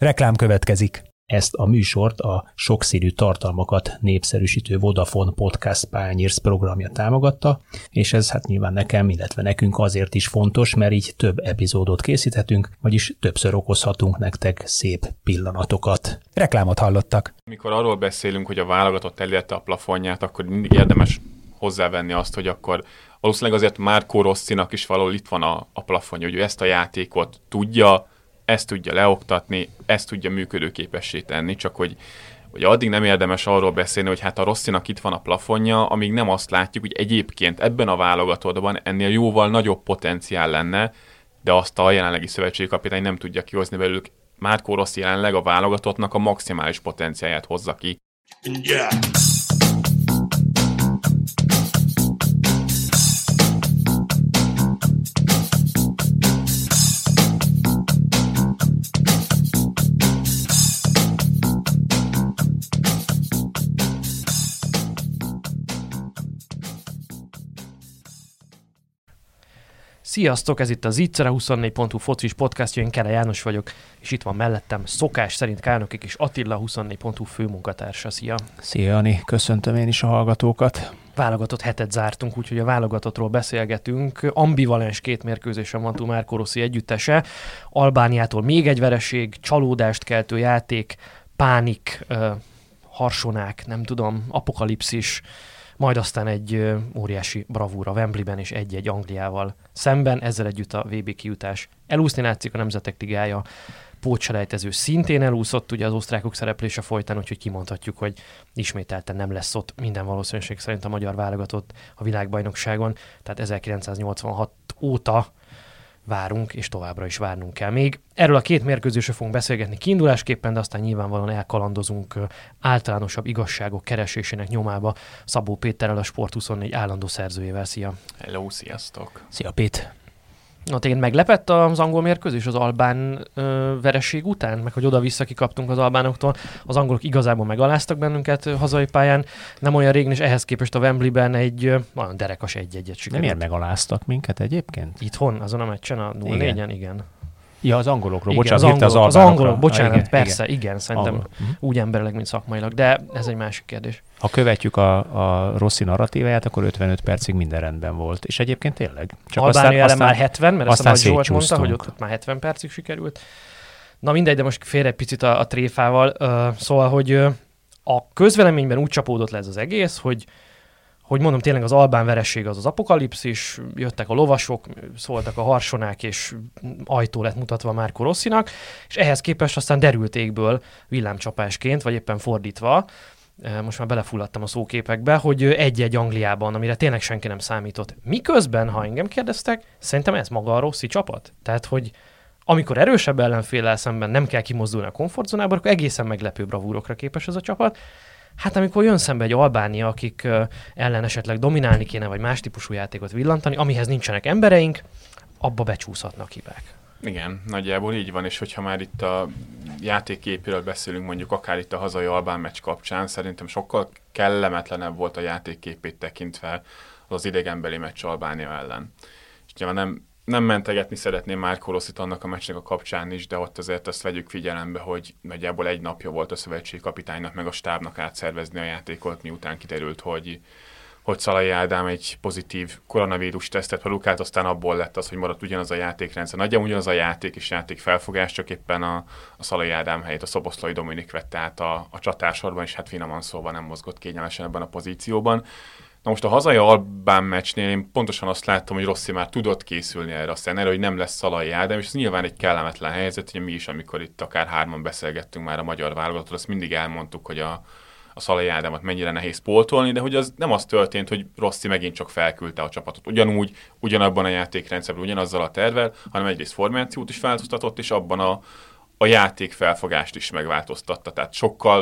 Reklám következik. Ezt a műsort a sokszínű tartalmakat népszerűsítő Vodafone Podcast Pioneers programja támogatta, és ez hát nyilván nekem, illetve nekünk azért is fontos, mert így több epizódot készíthetünk, vagyis többször okozhatunk nektek szép pillanatokat. Reklámot hallottak. Amikor arról beszélünk, hogy a válogatott elérte a plafonját, akkor mindig érdemes hozzávenni azt, hogy akkor valószínűleg azért Marco Rossinak is valahol itt van a plafonja, hogy ő ezt a játékot tudja, ezt tudja leoktatni, ezt tudja működőképessé tenni, csak hogy addig nem érdemes arról beszélni, hogy hát a Rossinak itt van a plafonja, amíg nem azt látjuk, hogy egyébként ebben a válogatottban ennél jóval nagyobb potenciál lenne, de azt a jelenlegi szövetségkapitány nem tudja kihozni belőlük. Marco Rossi jelenleg a válogatottnak a maximális potenciáját hozza ki. Yeah. Sziasztok, ez itt a Zicsere24.hu focis podcastja, én Kele János vagyok, és itt van mellettem szokás szerint Kálnokik és Attila, 24.hu főmunkatársa. Szia! Szia, Jani, köszöntöm én is a hallgatókat. Válogatott hetet zártunk, úgyhogy a válogatottról beszélgetünk. Ambivalens két mérkőzésen van túl Marco Rossi együttese. Albániától még egy vereség, csalódást keltő játék, pánik, harsonák, nem tudom, apokalipszis, majd aztán egy óriási bravúra Wembleyben és 1-1 Angliával szemben, ezzel együtt a VB kijutás elúszni látszik, a Nemzetek Ligája pótselejtező szintén elúszott, ugye az osztrákok szereplése folytán, úgyhogy kimondhatjuk, hogy ismételten nem lesz ott minden valószínűség szerint a magyar válogatott a világbajnokságon, tehát 1986 óta várunk, és továbbra is várnunk kell még. Erről a két mérkőzésről fogunk beszélgetni kiindulásképpen, de aztán nyilvánvalóan elkalandozunk általánosabb igazságok keresésének nyomába Szabó Péterrel, a Sport24 állandó szerzőjével. Szia! Hello, sziasztok! Szia, Pét! Na, téged meglepett az angol mérkőzés az albán vereség után? Meg hogy oda-vissza kikaptunk az albánoktól. Az angolok igazából megaláztak bennünket hazai pályán. Nem olyan régen, és ehhez képest a Wembleyben egy nagyon derekas 1-1-et sikerült. De miért megaláztak minket egyébként? Itthon, azon a meccsen a 0-4-en, igen. Ja, az angolokról, igen, bocsánat, az angolok, bocsánat, persze, igen, szerintem angol. Úgy emberileg, mint szakmailag, de ez egy másik kérdés. Ha követjük a Rossi narratíváját, akkor 55 percig minden rendben volt, és egyébként tényleg. Csak Albánia ellen már 70, mert ezt a Nagy Zsolt mondta, hogy ott már 70 percig sikerült. Na mindegy, de most félre egy picit a tréfával, szóval, hogy a közvéleményben úgy csapódott le ez az egész, hogy mondom, tényleg az albán vereség az apokalipszis, jöttek a lovasok, szóltak a harsonák, és ajtó lett mutatva Marco Rossinak, és ehhez képest aztán derült égből villámcsapásként, vagy éppen fordítva, most már belefulladtam a szóképekbe, hogy 1-1 Angliában, amire tényleg senki nem számított. Miközben, ha engem kérdeztek, szerintem ez maga a Rossi csapat. Tehát, hogy amikor erősebb ellenféllel szemben nem kell kimozdulni a komfortzónából, akkor egészen meglepő bravúrokra képes ez a csapat. Hát amikor jön szembe egy Albánia, akik ellen esetleg dominálni kéne, vagy más típusú játékot villantani, amihez nincsenek embereink, abba becsúszhatnak hibák. Igen, nagyjából így van, és hogyha már itt a játékképéről beszélünk, mondjuk akár itt a hazai albán meccs kapcsán, szerintem sokkal kellemetlenebb volt a játékképét tekintve az idegenbeli meccs Albánia ellen. És nyilván nem mentegetni szeretném Marco Rossit annak a meccsnek a kapcsán is, de ott azért azt vegyük figyelembe, hogy nagyjából egy napja volt a szövetségkapitánynak meg a stábnak átszervezni a játékot, miután kiderült, hogy Szalai Ádám egy pozitív koronavírus tesztet produkált, aztán abból lett az, hogy maradt ugyanaz a játékrendszer. Nagyjából ugyanaz a játék és játékfelfogás, csak éppen a Szalai Ádám helyét a Szoboszlai Dominik vette át a csatársorban, és hát finoman szóval nem mozgott kényelmesen ebben a pozícióban. Na most a hazai albán meccsnél én pontosan azt láttam, hogy Rossi már tudott készülni erre a szenárióra, hogy nem lesz Szalai Ádám, és ez nyilván egy kellemetlen helyzet, hogy mi is, amikor itt akár hárman beszélgettünk már a magyar válogatottról, azt mindig elmondtuk, hogy a Szalai Ádámot mennyire nehéz pótolni, de hogy az nem az történt, hogy Rossi megint csak felküldte a csapatot. Ugyanabban a játékrendszerben, ugyanazzal a tervvel, hanem egyrészt formációt is változtatott, és abban a játékfelfogást is megváltoztatta. Tehát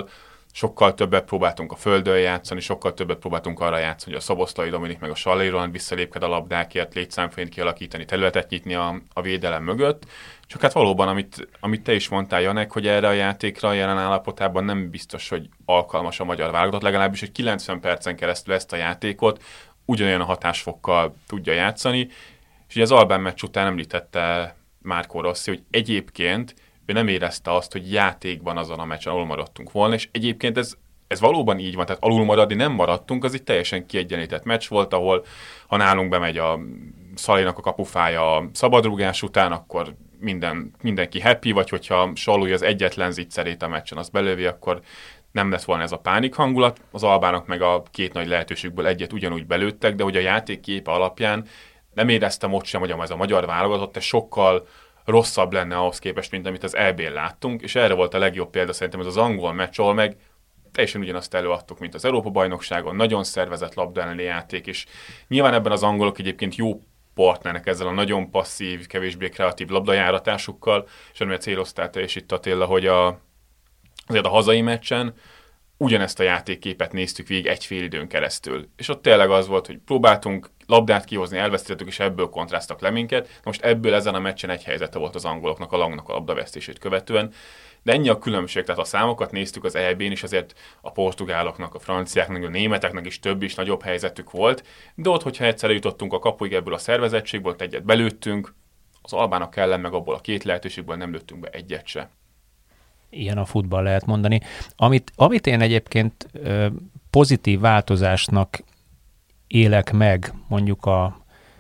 sokkal többet próbáltunk a földön játszani, sokkal többet próbáltunk arra játszani, hogy a Szoboszlai Dominik meg a Sallai Roland visszalépked a labdákért, létszámfényt kialakítani, területet nyitni a védelem mögött. Csak hát valóban, amit te is mondtál, Janek, hogy erre a játékra a jelen állapotában nem biztos, hogy alkalmas a magyar válogatott, legalábbis, hogy 90 percen keresztül ezt a játékot ugyanolyan a hatásfokkal tudja játszani. És ugye az albán meccs után említette Marco Rossi, hogy egyébként ő nem érezte azt, hogy játékban azon a meccsen alulmaradtunk volna, és egyébként ez valóban így van, tehát alulmaradni nem maradtunk, az egy teljesen kiegyenlített meccs volt, ahol ha nálunk bemegy a Szalinak a kapufája a szabadrúgás után, akkor mindenki happy, vagy hogyha Salui az egyetlen zicserét a meccsen azt belövi, akkor nem lesz volna ez a pánik hangulat. Az albánok meg a két nagy lehetőségből egyet ugyanúgy belőttek, de hogy a játék képe alapján nem éreztem ott sem, hogy ez a magyar válogatott, ez sokkal rosszabb lenne ahhoz képest, mint amit az EB-n láttunk, és erre volt a legjobb példa szerintem ez az angol meccs, ahol meg teljesen ugyanazt előadtuk, mint az Európa-bajnokságon, nagyon szervezett labda elleni játék, és nyilván ebben az angolok egyébként jó partnernek ezzel a nagyon passzív, kevésbé kreatív labdajáratásukkal, és amire céloztál te is itt, Attila, hogy azért a hazai meccsen ugyanezt a játékképet néztük végig egy fél időn keresztül. És ott tényleg az volt, hogy próbáltunk labdát kihozni, elvesztettük, és ebből kontrasztak le minket. Most ebből ezen a meccsen egy helyzete volt az angoloknak, a Langnak a labdavesztését követően. De ennyi a különbség, tehát a számokat néztük az EB-n, és azért a portugáloknak, a franciáknak, a németeknek is több is nagyobb helyzetük volt. De ott, hogyha egyszer jutottunk a kapuig ebből a szervezettségből, egyet belőttünk, az albánok ellen meg abból a két lehetőségből nem lőttünk be egyet se. Ilyen a futball lehet mondani. Amit én egyébként pozitív változásnak élek meg, mondjuk a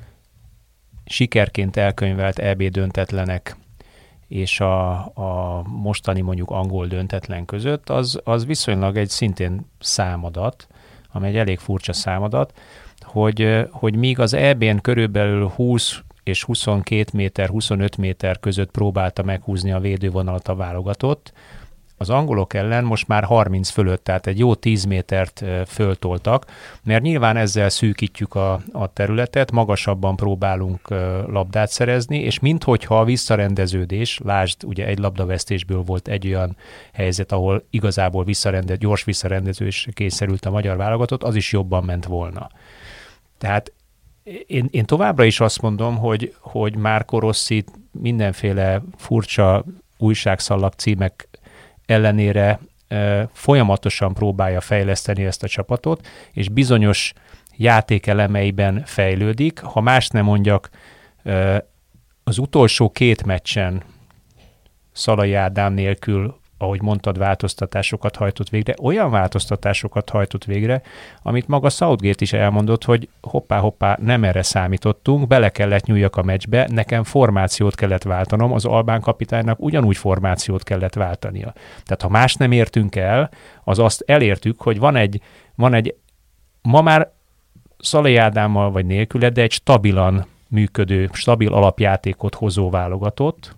sikerként elkönyvelt EB döntetlenek és a mostani mondjuk angol döntetlen között, az viszonylag egy szintén számadat, ami egy elég furcsa számadat, hogy míg az EB-n körülbelül 20 és 22 méter, 25 méter között próbálta meghúzni a védővonalat a válogatott, az angolok ellen most már 30 fölött, tehát egy jó 10 métert föltoltak, mert nyilván ezzel szűkítjük a területet, magasabban próbálunk labdát szerezni, és minthogyha a visszarendeződés, lásd, ugye egy labdavesztésből volt egy olyan helyzet, ahol igazából gyors visszarendeződésre kényszerült a magyar válogatott, az is jobban ment volna. Tehát én továbbra is azt mondom, hogy Marco Rossi mindenféle furcsa újságszallag címek ellenére folyamatosan próbálja fejleszteni ezt a csapatot, és bizonyos játékelemeiben fejlődik. Ha más nem mondjak, az utolsó két meccsen Szalai Ádám nélkül, ahogy mondtad, változtatásokat hajtott végre, olyan változtatásokat hajtott végre, amit maga Southgate is elmondott, hogy hoppá, nem erre számítottunk, bele kellett nyúljak a meccsbe, nekem formációt kellett váltanom, az albán kapitánynak ugyanúgy formációt kellett váltania. Tehát ha más nem értünk el, az azt elértük, hogy van egy ma már Szalai Ádámmal vagy nélküle, de egy stabilan működő, stabil alapjátékot hozó válogatott.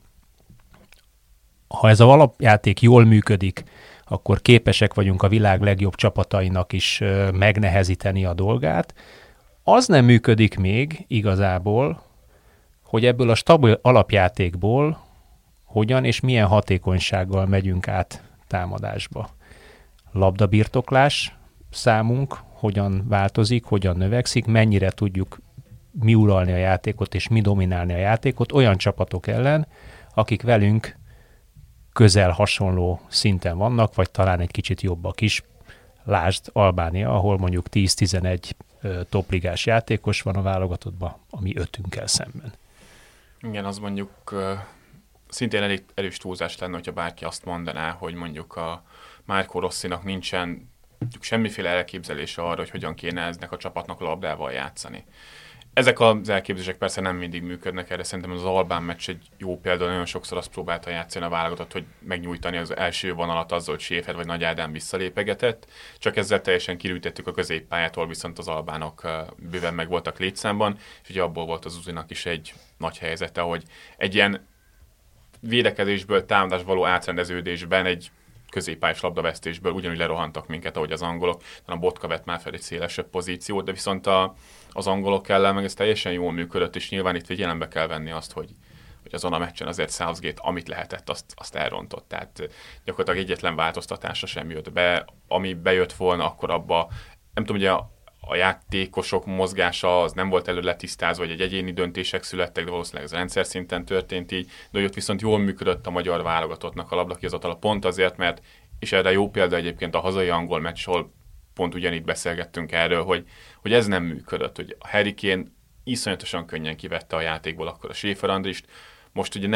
Ha ez az alapjáték jól működik, akkor képesek vagyunk a világ legjobb csapatainak is megnehezíteni a dolgát. Az nem működik még igazából, hogy ebből a stabil alapjátékból hogyan és milyen hatékonysággal megyünk át támadásba. Labdabirtoklás számunk hogyan változik, hogyan növekszik, mennyire tudjuk mi uralni a játékot és mi dominálni a játékot olyan csapatok ellen, akik velünk közel hasonló szinten vannak, vagy talán egy kicsit jobbak is. Lásd Albánia, ahol mondjuk 10-11 topligás játékos van a válogatottban, ami 5-ünkkel szemben. Igen, az mondjuk szintén elég erős túlzás lenne, hogyha bárki azt mondaná, hogy mondjuk a Marco Rossinak nincsen semmiféle elképzelése arra, hogy hogyan kéne eznek a csapatnak labdával játszani. Ezek az elképzelések persze nem mindig működnek, erre szerintem az albán meccs egy jó példa, nagyon sokszor azt próbálta játszani a válogatott, hogy megnyújtani az első vonalat azzal, hogy Schäfer vagy Nagy Ádám visszalépegetett, csak ezzel teljesen kirűjtettük a középpályától, viszont az albánok bőven meg voltak létszámban, és ugye abból volt az Uzinak is egy nagy helyzete, hogy egy ilyen védekezésből támadás való átrendeződésben egy középpályás labdavesztésből ugyanúgy lerohantak minket, ahogy az angolok. A Botka vett már fel egy szélesebb pozíciót, de viszont az angolok ellen meg ez teljesen jól működött, és nyilván itt figyelembe kell venni azt, hogy azon a meccsen azért Southgate, amit lehetett, azt elrontott. Tehát gyakorlatilag egyetlen változtatása sem jött be. Ami bejött volna, akkor abba, nem tudom, ugye a játékosok mozgása az nem volt előre letisztázva, vagy egy egyéni döntések születtek, de valószínűleg ez rendszer szinten történt így, de ott viszont jól működött a magyar válogatottnak a labdakihozatala pont azért, mert, és erre jó példa egyébként a hazai angol meccs, ahol pont ugyanígy beszélgettünk erről, hogy ez nem működött, hogy a Harry Kane iszonyatosan könnyen kivette a játékból akkor a Schäfer Andrist, most ugye nem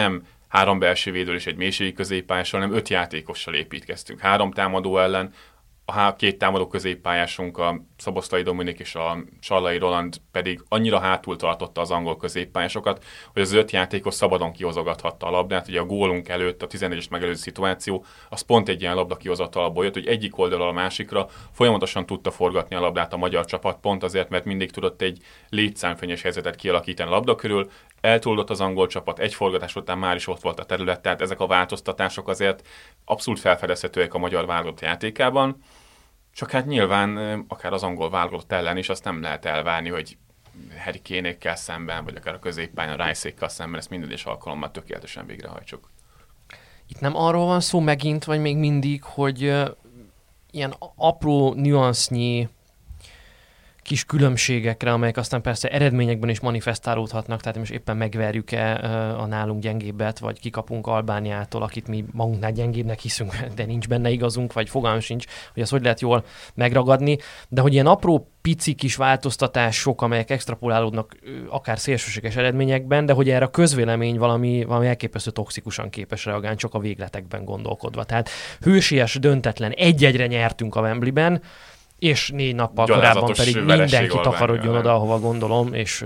3 belső védőről és egy mélységi középpályással, hanem 5 játékossal építkeztünk. 3 támadó ellen, a 2 támadó középpályásunk, a Szoboszlai Dominik és a Sallai Roland pedig annyira hátul tartotta az angol középpályásokat, hogy az 5 játékos szabadon kihozogathatta a labdát. Ugye a gólunk előtt a 11-es megelőző szituáció, az pont egy ilyen labda kihozatalból jött, hogy egyik oldalról a másikra folyamatosan tudta forgatni a labdát a magyar csapat, pont azért, mert mindig tudott egy létszámfényes helyzetet kialakítani a labda körül. Eltúldott az angol csapat, egy forgatás után már is ott volt a terület, tehát ezek a változtatások azért abszolút felfedezhetőek a magyar válogatott játékában. Csak hát nyilván akár az angol válogatott ellen is azt nem lehet elvárni, hogy Harry Kane-ékkel szemben, vagy akár a középpályán a Rice-ékkel szemben ezt minden és alkalommal tökéletesen végrehajtsuk. Itt nem arról van szó megint, vagy még mindig, hogy ilyen apró nüansznyi kis különbségekre, amelyek aztán persze eredményekben is manifestálódhatnak, tehát most éppen megverjük-e a nálunk gyengébbet, vagy kikapunk Albániától, akit mi magunknál gyengébbnek hiszünk, de nincs benne igazunk, vagy fogalmam sincs, hogy ezt hogy lehet jól megragadni, de hogy ilyen apró pici kis változtatások, amelyek extrapolálódnak akár szélsőséges eredményekben, de hogy erre a közvélemény valami elképesztő toxikusan képes reagálni, csak a végletekben gondolkodva. Tehát hősies, döntetlen, 1-1-re nyertünk a Wembleyben, és 4 nappal korábban pedig mindenki takarodjon oda, ahova gondolom, és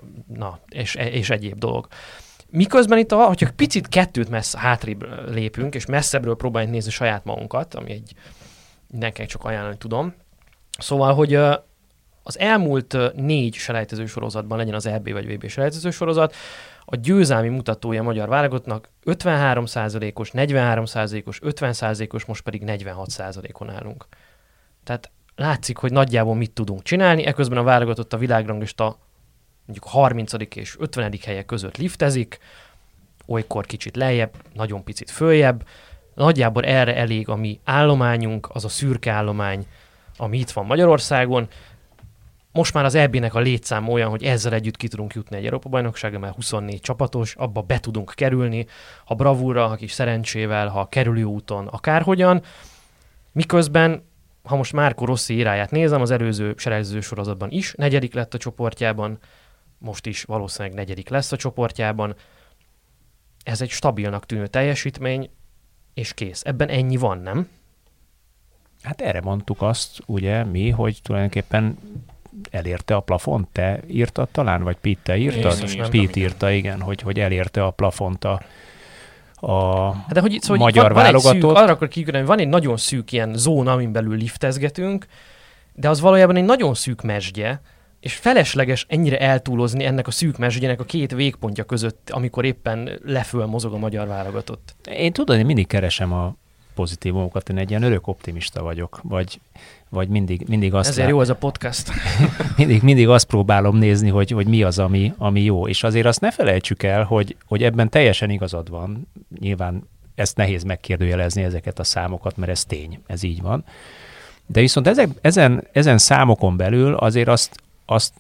egyéb dolog. Miközben itt, hogyha picit kettőt hátrébb lépünk, és messzebbről próbáljuk nézni saját magunkat, ami mindenkinek csak ajánlani tudom. Szóval, hogy az elmúlt 4 selejtező sorozatban, legyen az EB vagy VB selejtező sorozat, a győzelmi mutatója a magyar válogatottnak 53%-os, 43%-os, 50%-os, most pedig 46%-on állunk. Tehát látszik, hogy nagyjából mit tudunk csinálni, eközben a válogatott a világranglista mondjuk 30. és 50. helyek között liftezik, olykor kicsit lejjebb, nagyon picit följebb. Nagyjából erre elég a mi állományunk, az a szürke állomány, ami itt van Magyarországon. Most már az EB-nek a létszám olyan, hogy ezzel együtt ki tudunk jutni egy Európa-bajnokságra, mert 24 csapatos, abba be tudunk kerülni, ha bravúrral, ha kis szerencsével, ha kerülő úton, akárhogyan. Miközben, ha most Marco Rossi iráját nézem, az előző selejtező sorozatban is 4. lett a csoportjában, most is valószínűleg 4. lesz a csoportjában. Ez egy stabilnak tűnő teljesítmény, és kész. Ebben ennyi van, nem? Hát erre mondtuk azt, ugye mi, hogy tulajdonképpen elérte a plafont. Te írtad talán, vagy Pete, te írtad? Pete írta, igen, hogy elérte a plafont a de hogy, szóval magyar válogatott. Arra akkor kiütni, van egy nagyon szűk ilyen zóna, amin belül liftezgetünk, de az valójában egy nagyon szűk mesdje, és felesleges ennyire eltúlozni ennek a szűk mesdjének a 2 végpontja között, amikor éppen leföl mozog a magyar válogatott. Én mindig keresem a pozitívumokat, én egy ilyen örök optimista vagyok, vagy mindig azt... Ezért jó ez a podcast. mindig azt próbálom nézni, hogy mi az, ami jó. És azért azt ne felejtsük el, hogy ebben teljesen igazad van. Nyilván ezt nehéz megkérdőjelezni, ezeket a számokat, mert ez tény, ez így van. De viszont ezen számokon belül azért azt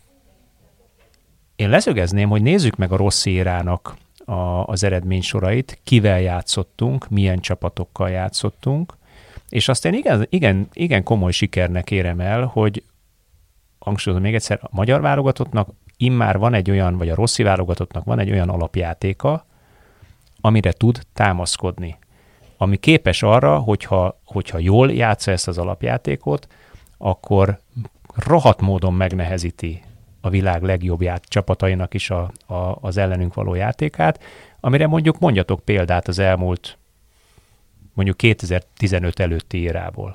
én leszögezném, hogy nézzük meg a Rossi érának az eredménysorait, kivel játszottunk, milyen csapatokkal játszottunk, és azt én igen komoly sikernek érem el, hogy hangsúlyozom még egyszer, a magyar válogatottnak immár van egy olyan, vagy a Rossi válogatottnak van egy olyan alapjátéka, amire tud támaszkodni. Ami képes arra, hogyha jól játsza ezt az alapjátékot, akkor rohadt módon megnehezíti a világ legjobb csapatainak is az ellenünk való játékát, amire mondjatok példát az elmúlt mondjuk 2015 előtti érából.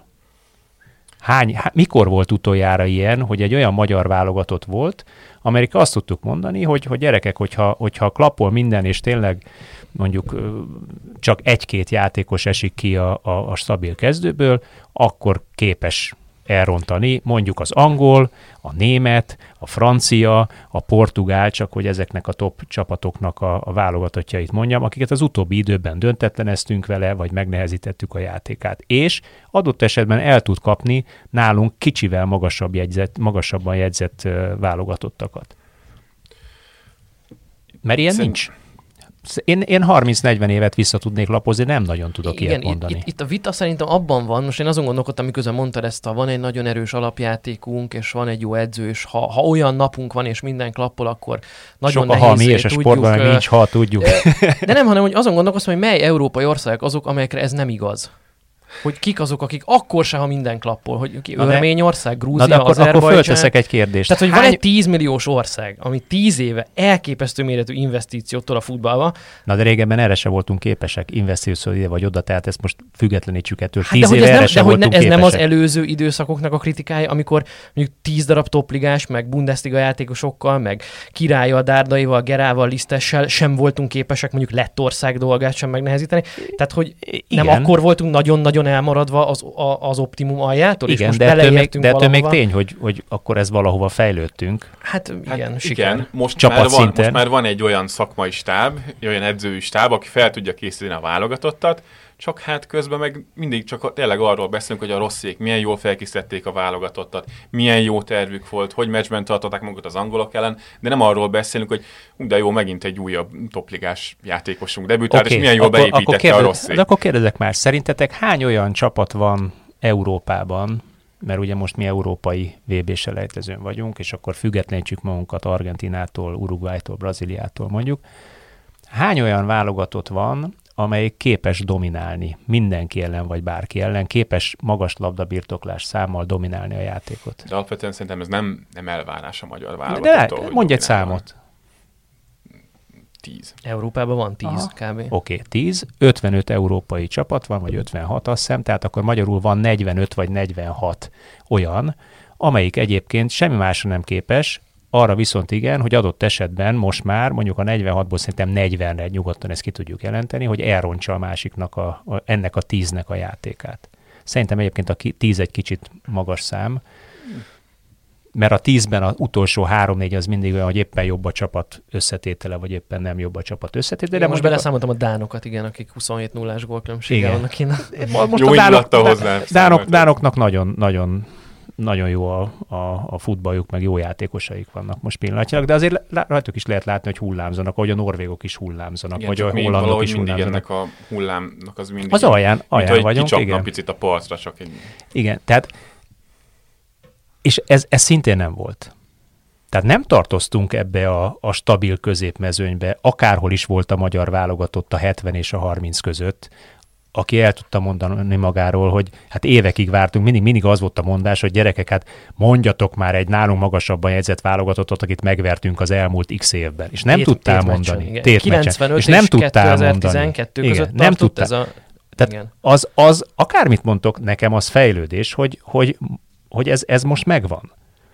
Mikor volt utoljára ilyen, hogy egy olyan magyar válogatott volt, amelyikre azt tudtuk mondani, hogy gyerekek, hogyha klappol minden, és tényleg mondjuk csak 1-2 játékos esik ki a stabil kezdőből, akkor képes elrontani mondjuk az angol, a német, a francia, a portugál, csak hogy ezeknek a top csapatoknak a válogatottjait mondjam, akiket az utóbbi időben döntetleneztünk vele, vagy megnehezítettük a játékát. És adott esetben el tud kapni nálunk kicsivel magasabban jegyzett válogatottakat. Mert ilyen nincs. Én 30-40 évet vissza tudnék lapozni, nem nagyon tudok ilyet mondani. Itt a vita szerintem abban van, most én azon gondolkodtam, miközben mondtad ezt, van egy nagyon erős alapjátékunk, és van egy jó edző, és ha olyan napunk van, és minden klappol, akkor nagyon sok nehéz. Sok a mi, és a sportban nincs, ha tudjuk. De nem, hanem hogy azon gondolkoztam, hogy mely európai országok azok, amelyekre ez nem igaz. Hogy kik azok, akik akkor se, ha minden klappol, hogy Örményország, Grúzia, Azerbajdzsán. Akkor fölteszek egy kérdést. Tehát, hogy van egy 10 milliós ország, ami 10 éve elképesztő méretű investíciót tol a futballba. Na de régebben erre se voltunk képesek, investíció ide vagy oda, tehát ezt most függetlenítsük ettől. 10 éve erre se voltunk képesek. Ez nem az előző időszakoknak a kritikája, amikor mondjuk 10 darab topligás, meg Bundesliga játékosokkal, meg Királlyal, Dárdaival, Gerával, Lisztessel sem voltunk képesek mondjuk Lettország dolgát sem megnehezíteni. Tehát, hogy nem akkor voltunk nagyon elmaradva az optimum aljától, igen, és most de ettől még tény, hogy akkor ez valahova fejlődtünk. Hát igen, igen. Most már van egy olyan szakmai stáb, olyan edzői stáb, aki fel tudja készíteni a válogatottat, csak hát közben meg mindig csak tényleg arról beszélünk, hogy a rosszék milyen jól felkészítették a válogatottat, milyen jó tervük volt, hogy meccsben tartották magukat az angolok ellen, de nem arról beszélünk, hogy de jó, megint egy újabb topligás játékosunk debütált, és milyen jól beépítette a rosszék. De akkor kérdezek már, szerintetek hány olyan csapat van Európában, mert ugye most mi európai VB-selejtezőn vagyunk, és akkor függetlenítsük magunkat Argentinától, Uruguaytól, Brazíliától mondjuk. Hány olyan válogatott van, amelyik képes dominálni mindenki ellen, vagy bárki ellen, képes magas labdabirtoklás számmal dominálni a játékot? De alapvetően szerintem ez nem elvárás a magyar válogatottól. De mondj egy számot. 10. Európában van 10 kb. Oké, 10. 55 európai csapat van, vagy 56 azt hiszem, tehát akkor magyarul van 45 vagy 46 olyan, amelyik egyébként semmi másra nem képes, arra viszont igen, hogy adott esetben most már, mondjuk a 46-ból szerintem 40-re nyugodtan ezt ki tudjuk jelenteni, hogy elrontsa a másiknak ennek a 10-nek a játékát. Szerintem egyébként a 10 egy kicsit magas szám, mert a 10-ben az utolsó 3-4 az mindig olyan, hogy éppen jobb a csapat összetétele, vagy éppen nem jobb a csapat összetétele. De most beleszámoltam a dánokat, igen, akik 27-0-ás gólkülönbséggel vannak kint. Most jó indulattal hozzá. Dánoknak nagyon jó a futballjuk, meg jó játékosaik vannak most pillanatnyilag, de azért rajtuk is lehet látni, hogy hullámzanak, ahogy a norvégok is hullámzanak, igen, vagy a hollandok is hullámzanak. Ennek a hullámnak az mindig... Az alján vagyunk, kicsapna picit a parcra, csak egy... Igen, tehát és ez szintén nem volt. Tehát nem tartoztunk ebbe a stabil középmezőnybe, akárhol is volt a magyar válogatott a 70 és a 30 között, aki el tudta mondani magáról, hogy hát évekig vártunk, mindig az volt a mondás, hogy gyerekek, hát mondjatok már egy nálunk magasabban jegyzett válogatottat, akit megvertünk az elmúlt x évben. És nem tudtál mondani. 95 és nem tudtál 2012 mondani. Között nem tudtál. Ez a... Tehát az akármit mondtok, nekem az fejlődés, hogy ez most megvan.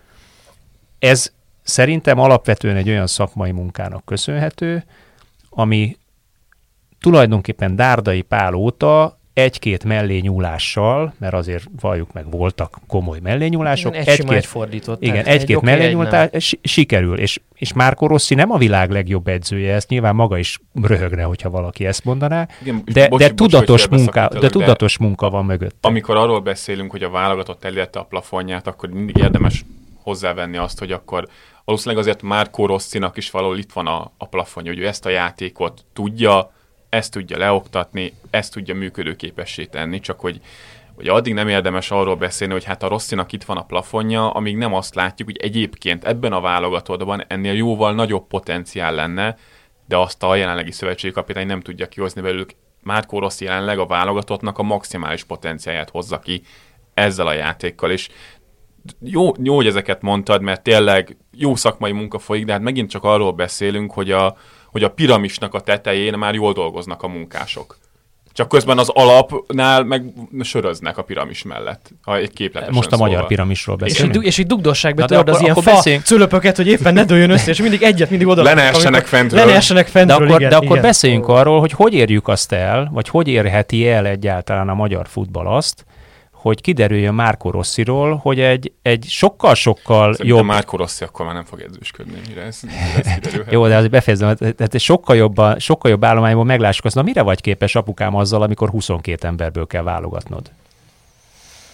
Ez szerintem alapvetően egy olyan szakmai munkának köszönhető, ami tulajdonképpen Dárdai Pál óta egy-két mellényúlással, mert azért valljuk meg, voltak komoly mellényúlások. Egy-két mellényúlás sikerül, és Marco Rossi nem a világ legjobb edzője, ezt nyilván maga is röhögne, hogyha valaki ezt mondaná, igen, de tudatos munka van mögött. Amikor arról beszélünk, hogy a válogatott elérte a plafonját, akkor mindig érdemes hozzávenni azt, hogy akkor valószínűleg azért Marco Rossinak is valahol itt van a plafonja, hogy ő ezt a játékot tudja, ezt tudja leoktatni, ezt tudja működőképessé tenni, csak hogy addig nem érdemes arról beszélni, hogy hát a Rossinak itt van a plafonja, amíg nem azt látjuk, hogy egyébként ebben a válogatottban ennél jóval nagyobb potenciál lenne, de azt a jelenlegi szövetségi kapitány nem tudja kihozni belőlük. Marco Rossi jelenleg a válogatottnak a maximális potenciáját hozza ki ezzel a játékkal, és jó, hogy ezeket mondtad, mert tényleg jó szakmai munka folyik, de hát megint csak arról beszélünk, hogy a piramisnak a tetején már jól dolgoznak a munkások. Csak közben az alapnál meg söröznek a piramis mellett, ha egy képletesen most a magyar piramisról beszélünk. És így dugdossák be tudod az ilyen fa cölöpöket, hogy éppen ne dőljön össze, és mindig oda. Le ne essenek fentről. De akkor beszéljünk arról, hogy érjük azt el, vagy hogy érheti el egyáltalán a magyar futball azt, hogy kiderüljön Marco Rossiról, hogy egy sokkal-sokkal jobb... Szerintem Marco Rossi akkor már nem fog edzősködni, mire ez kiderülhet. Jó, de azért befejezem, tehát sokkal jobb állományból meglássuk azt, na mire vagy képes apukám azzal, amikor 22 emberből kell válogatnod?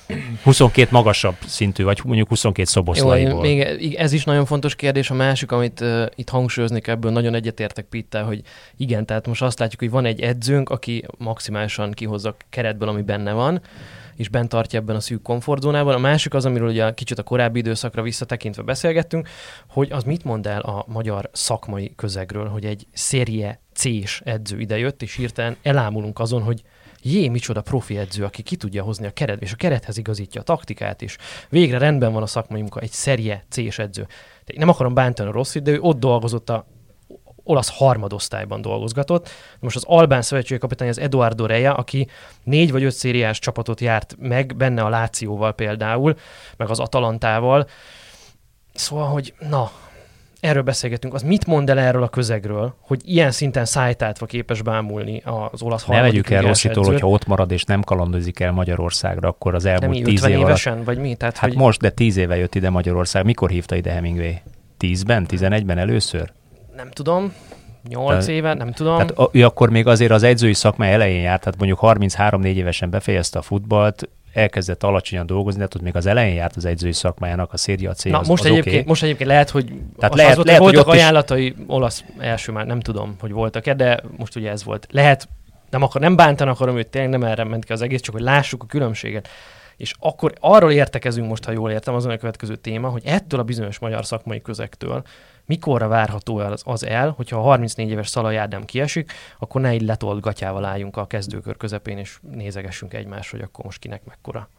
22 magasabb szintű, vagy mondjuk 22 szoboszlaiból. Jó, még ez is nagyon fontos kérdés. A másik, amit itt hangsúlyoznék ebből, nagyon egyetértek Pittel, hogy igen, tehát most azt látjuk, hogy van egy edzőnk, aki maximálisan kihozza a keretből, ami benne van, és bent tartja ebben a szűk komfortzónában. A másik az, amiről ugye kicsit a korábbi időszakra visszatekintve beszélgettünk, hogy az mit mond el a magyar szakmai közegről, hogy egy Serie C-s edző idejött, és hirtelen elámulunk azon, hogy micsoda profi edző, aki ki tudja hozni a keret, és a kerethez igazítja a taktikát is. Végre rendben van a szakmai munka, egy Serie C-s edző. De nem akarom bántani a Rosszit, de ő ott dolgozott, a olasz harmadosztályban dolgozgatott. Most az albán szövetségi kapitány az Eduardo Reja, aki 4 vagy 5 szériás csapatot járt meg, benne a Lációval például, meg az Atalantával. Szóval, hogy erről beszélgetünk. Az mit mond el erről a közegről, hogy ilyen szinten szájtátva képes bámulni az olasz harmadik? Ne vegyük el Rosszitól, hogyha ott marad és nem kalandozik el Magyarországra, akkor az elmúlt 10 év évesen, alatt... vagy mi? Tehát, hát hogy... most, de 10 éve jött ide Magyarország. Mikor hívta ide Hemingway? 10-ben? 11-ben először? Nem tudom. 8 éve, nem tudom. Tehát ő akkor még azért az edzői szakma elején járt, tehát mondjuk 33-4 évesen befejezte a futballt, elkezdett alacsonyan dolgozni, de ott még az elején járt az edzői szakmájának, a Serie C. Most egyébként lehet, hogy tehát lehet, voltak ajánlatai olasz első már, nem tudom, hogy voltak-e, de most ugye ez volt. Lehet, nem bántani akarom, hogy tényleg nem erre ment ki az egész, csak hogy lássuk a különbséget. És akkor arról értekezünk most, ha jól értem, azon a következő téma, hogy ettől a bizonyos magyar szakmai közegtől mikorra várható az el, hogyha a 34 éves Szalai Ádám kiesik, akkor ne egy letolt gatyával álljunk a kezdőkör közepén, és nézegessünk egymásra, hogy akkor most kinek mekkora.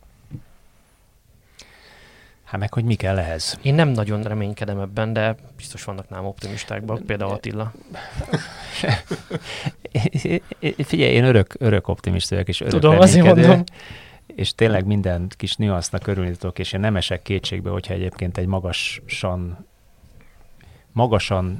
Hát meg, hogy mi kell ehhez? Én nem nagyon reménykedem ebben, de biztos vannak nálam optimistákban, például Attila. Figyelj, én örök optimista vagyok, és örök tudom, azért mondom. És tényleg minden kis nüansznak örülni tudok, és én nem esek kétségbe, hogyha egyébként egy magasan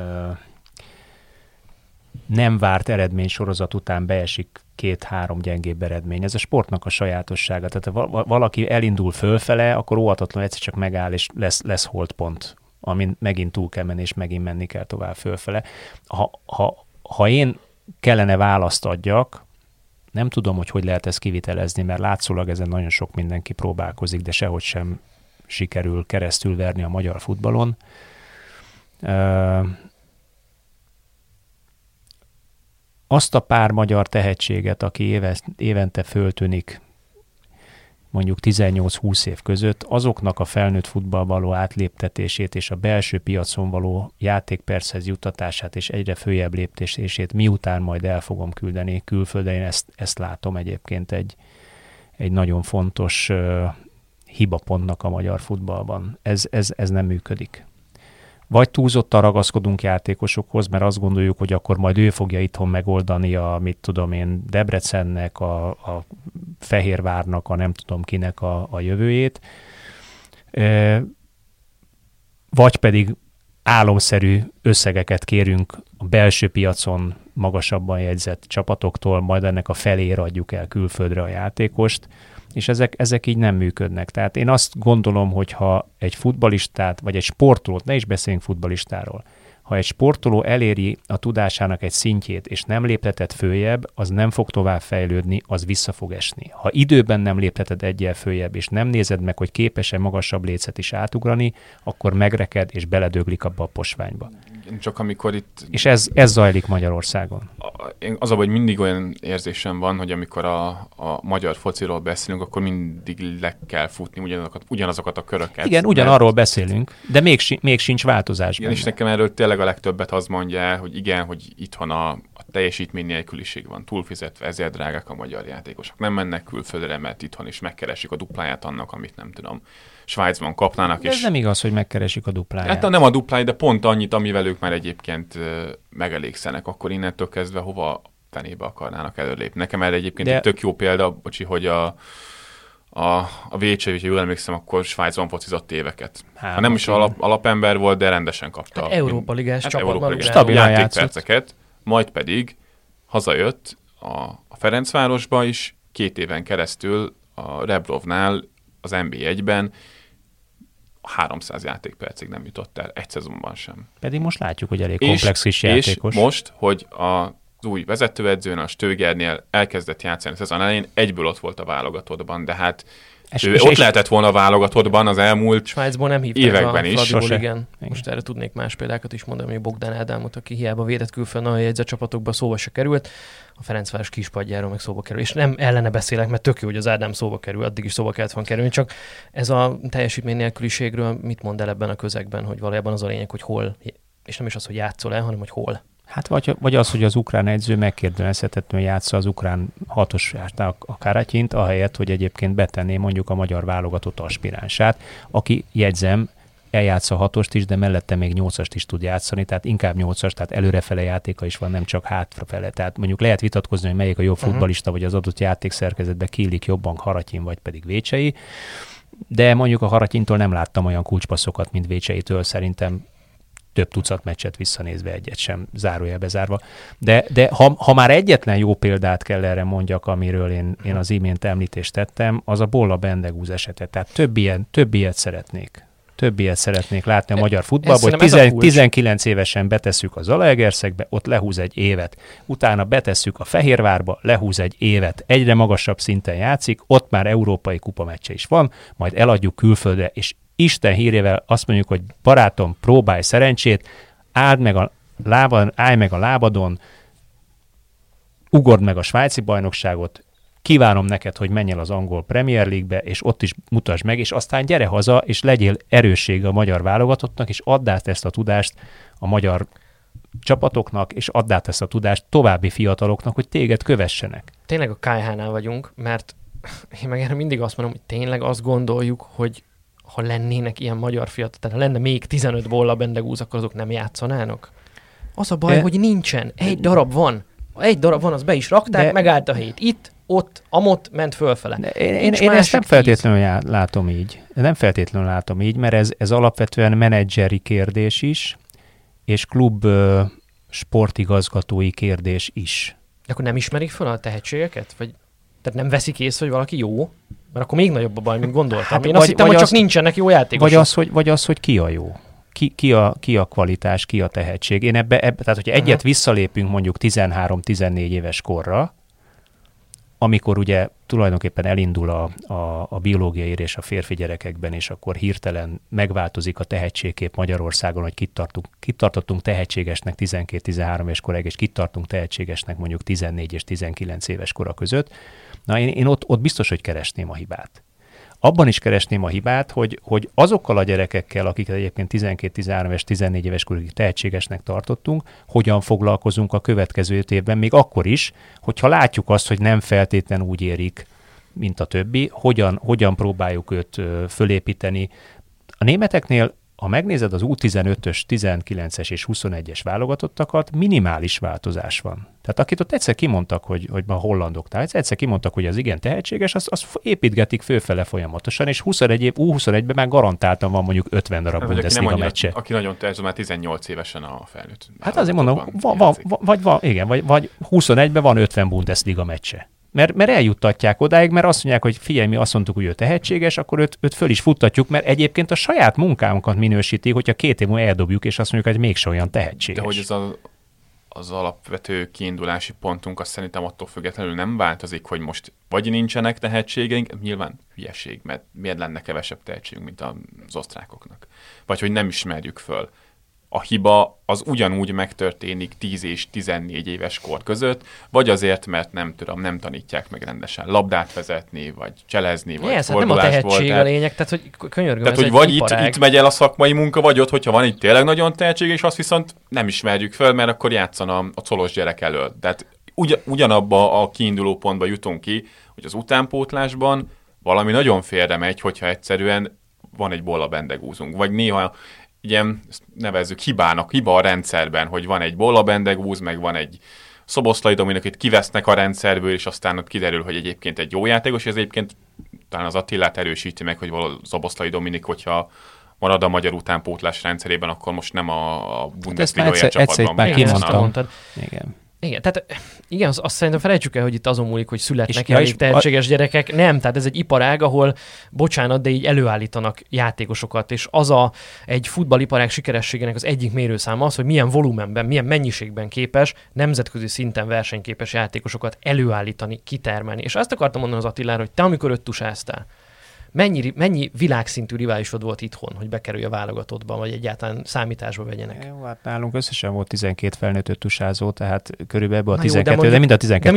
nem várt eredménysorozat után beesik 2-3 gyengébb eredmény. Ez a sportnak a sajátossága. Tehát ha valaki elindul fölfele, akkor óhatatlanul egyszer csak megáll, és lesz holdpont, amin megint túl kell menni, és megint menni kell tovább fölfele. Ha én kellene választ adjak, nem tudom, hogy lehet ezt kivitelezni, mert látszólag ezen nagyon sok mindenki próbálkozik, de sehogy sem sikerül keresztül verni a magyar futballon. Azt a pár magyar tehetséget, aki évente föltűnik mondjuk 18-20 év között, azoknak a felnőtt futballba való átléptetését és a belső piacon való játékperchez juttatását és egyre följebb léptetését miután majd el fogom küldeni külföldre, én ezt látom egyébként egy nagyon fontos hibapontnak a magyar futballban. Ez nem működik. Vagy túlzottan ragaszkodunk játékosokhoz, mert azt gondoljuk, hogy akkor majd ő fogja itthon megoldani a, Debrecennek, a Fehérvárnak, a nem tudom kinek a jövőjét. Vagy pedig álomszerű összegeket kérünk a belső piacon magasabban jegyzett csapatoktól, majd ennek a felére adjuk el külföldre a játékost, és ezek így nem működnek. Tehát én azt gondolom, hogy ha egy futballistát, vagy egy sportolót, ne is beszéljünk futballistáról, ha egy sportoló eléri a tudásának egy szintjét, és nem léptetett följebb, az nem fog tovább fejlődni, az vissza fog esni. Ha időben nem lépteted egyel följebb, és nem nézed meg, hogy képes-e magasabb lécet is átugrani, akkor megreked, és beledöglik abba a posványba. Csak amikor itt... És ez zajlik Magyarországon. Az hogy mindig olyan érzésem van, hogy amikor a magyar fociról beszélünk, akkor mindig le kell futni ugyanazokat a köröket. Igen, ugyanarról beszélünk, de még sincs változás. Igen, és nekem erről tényleg a legtöbbet az mondja el, hogy igen, hogy itthon a teljesítmény nélküliség van, túlfizetve, ezért drágák a magyar játékosok. Nem mennek külföldre, mert itthon is megkeresik a dupláját annak, amit nem tudom, Svájcban kapnának. Ez nem igaz, hogy megkeresik a dupláját. Hát nem a dupláját, de pont annyit, amivel ők már egyébként megelégszenek, akkor innentől kezdve hova fenébe akarnának előlépni. Nekem erre egyébként egy tök jó példa, hogy a Vécse, hogyha jól emlékszem, akkor Svájcban focizott éveket. Ha nem is alapember volt, de rendesen kapta. Hát Európa Ligás csapatban játékperceket, majd pedig hazajött a Ferencvárosba is 2 éven keresztül a Rebrovnál az NB1-ben 300 játékpercig nem jutott el, egy szezonban sem. Pedig most látjuk, hogy elég komplex is játékos. És most, hogy a az új vezetőedzőn, a Stögernél elkezdett játszani a szezon elején, egyből ott volt a válogatottban, de hát ott lehetett volna a válogatottban az elmúlt Svájcból nem években is. Igen. Most erre tudnék más példákat is mondani, hogy Bogdán Ádámot, aki hiába védett külföldön a jegyzetcsapatokban szóba se került, a Ferencváros kispadjáról meg szóba kerül. És nem ellene beszélek, mert tök jó, hogy az Ádám szóba kerül, addig is szóba kellett volna kerülni, csak ez a teljesítmény nélküliségről mit mond el ebben a közegben, hogy valójában az a lényeg, hogy hol, és nem is az, hogy játszol el, hanem hogy hol. Hát vagy az, hogy az ukrán edző megkérdőjelezhetetlenül játsza az ukrán hatosásnál a Karatyint, ahelyett, hogy egyébként betenné mondjuk a magyar válogatott aspiránsát, aki, jegyzem, eljátsza hatost is, de mellette még 8-ast is tud játszani, tehát inkább 8-as, tehát előrefele játéka is van, nem csak hátrafele. Tehát mondjuk lehet vitatkozni, hogy melyik a jobb futballista, vagy az adott játékszerkezetben kiillik jobban, Karatyin vagy pedig Vécsei, de mondjuk a Karatyintól nem láttam olyan kulcspasszokat, mint Vécseitől, szerintem több tucat meccset visszanézve egyet sem zárójelbe zárva. De ha már egyetlen jó példát kell erre mondjak, amiről én az imént említést tettem, az a Bolla Bendegúz esete. Tehát több ilyet szeretnék. Több ilyet szeretnék látni a magyar futballban, hogy 19 évesen betesszük a Zalaegerszegbe, ott lehúz egy évet. Utána betesszük a Fehérvárba, lehúz egy évet. Egyre magasabb szinten játszik, ott már európai kupameccse is van, majd eladjuk külföldre, és Isten hírével azt mondjuk, hogy barátom, próbálj szerencsét, állj meg a lábadon, ugord meg a svájci bajnokságot, kívánom neked, hogy menj el az angol Premier League-be, és ott is mutasd meg, és aztán gyere haza, és legyél erőssége a magyar válogatottnak, és add át ezt a tudást a magyar csapatoknak, és add át ezt a tudást további fiataloknak, hogy téged kövessenek. Tényleg a KH-nál vagyunk, mert én meg erre mindig azt mondom, hogy tényleg azt gondoljuk, hogy ha lennének ilyen magyar fiatal, tehát ha lenne még 15 Bolla Bendegúz, akkor azok nem játszanának. Az a baj, hogy nincsen. Egy darab van. Ha egy darab van, az be is rakták, megállt a hét. Itt, ott, amott, ment fölfele. Én ezt nem feltétlenül látom így. Nem feltétlenül látom így, mert ez alapvetően menedzseri kérdés is, és klub sportigazgatói kérdés is. De akkor nem ismerik fel a tehetségeket? Vagy tehát nem veszik észre, hogy valaki jó? Mert akkor még nagyobb a baj, mint gondoltam. Hát én azt hittem, hogy csak nincsenek jó játékosok. Vagy az, hogy ki a jó. Ki a kvalitás, ki a tehetség. Én ebbe tehát hogyha egyet visszalépünk mondjuk 13-14 éves korra, amikor ugye tulajdonképpen elindul a biológiai érés a férfi gyerekekben, és akkor hirtelen megváltozik a tehetségkép Magyarországon, hogy kit tartottunk tehetségesnek 12-13 éves koráig, és kit tartunk tehetségesnek mondjuk 14 és 19 éves kora között. Na én ott biztos, hogy keresném a hibát. Abban is keresném a hibát, hogy azokkal a gyerekekkel, akiket egyébként 12-13 és 14 éves korig tehetségesnek tartottunk, hogyan foglalkozunk a következő 5 évben, még akkor is, hogyha látjuk azt, hogy nem feltétlen úgy érik, mint a többi, hogyan próbáljuk őt fölépíteni. A németeknél, ha megnézed az U15-ös, 19-es és 21-es válogatottakat, minimális változás van. Tehát akit ott egyszer kimondtak, hogy a hollandoknál, egyszer kimondtak, hogy az igen tehetséges, azt építgetik fölfele folyamatosan, és 21-ben már garantáltan van mondjuk 50 darab Bundesliga meccse. Aki nagyon tehetséges, már 18 évesen a felnőtt. Hát azért mondom, vagy 21-ben van 50 Bundesliga meccse. Mert eljuttatják odáig, mert azt mondják, hogy figyelj, mi azt mondtuk, hogy ő tehetséges, akkor őt föl is futtatjuk, mert egyébként a saját munkánkat minősíti, hogyha 2 év múlva eldobjuk, és azt mondjuk, hogy mégse olyan tehetséges. De hogy ez az alapvető kiindulási pontunk, azt szerintem attól függetlenül nem változik, hogy most vagy nincsenek tehetségeink, nyilván hülyeség, mert miért lenne kevesebb tehetségünk, mint az osztrákoknak. Vagy hogy nem ismerjük föl. A hiba az ugyanúgy megtörténik 10 és 14 éves kor között, vagy azért, mert nem tanítják meg rendesen labdát vezetni, vagy cselezni, vagy fordulásból. Nem a tehetség a lényeg, tehát hogy könyörgöm, tehát, hogy vagy itt megy el a szakmai munka, vagy ott, hogyha van itt tényleg nagyon tehetség, és azt viszont nem ismerjük föl, mert akkor játszan a colos gyerek elől. Tehát ugyanabba a kiinduló pontba jutunk ki, hogy az utánpótlásban valami nagyon félre megy, hogyha egyszerűen van egy Bolla Bendegúzunk, vagy néha ilyen, nevezzük hiba a rendszerben, hogy van egy Bolla Bendegúz, meg van egy Szoboszlai Dominik, akit kivesznek a rendszerből, és aztán ott kiderül, hogy egyébként egy jó játékos, és ez egyébként talán az Attilát erősíti meg, hogy Szoboszlai Dominik, hogyha marad a magyar utánpótlás rendszerében, akkor most nem a Bundesliga csapatban már kimondtam. Igen. Igen, tehát igen, azt szerintem felejtsük el, hogy itt azon múlik, hogy születnek elég tehetséges gyerekek. Nem, tehát ez egy iparág, ahol, bocsánat, de így előállítanak játékosokat, és egy futballiparág sikerességének az egyik mérőszáma az, hogy milyen volumenben, milyen mennyiségben képes nemzetközi szinten versenyképes játékosokat előállítani, kitermelni. És azt akartam mondani az Attilára, hogy te amikor öttusáztál, mennyi világszintű riválisod volt itthon, hogy bekerülj a válogatottba, vagy egyáltalán számításba vegyenek? Jó, hát nálunk összesen volt 12 felnőtt öttusázó, tehát körülbelül ebben a 12, de mind a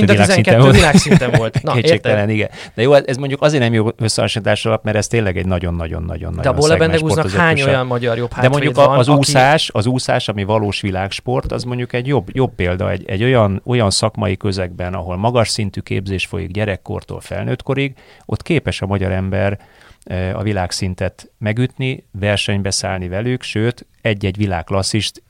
12 világszinten volt. Na, kétségtelen, igen. De jó, ez mondjuk azért nem jó összehasonlítás alap, mert ez tényleg egy nagyon-nagyon-nagyon de a Bolla-Bendegúznak hány olyan magyar jobb hátvéd van? De mondjuk az úszás, ami valós világsport, az mondjuk egy jobb példa, egy olyan szakmai közegben, ahol magas szintű képzés folyik gyerekkortól felnőttkorig, ott képes a magyar ember a világszintet megütni, versenybe szállni velük, sőt, egy-egy világklasszist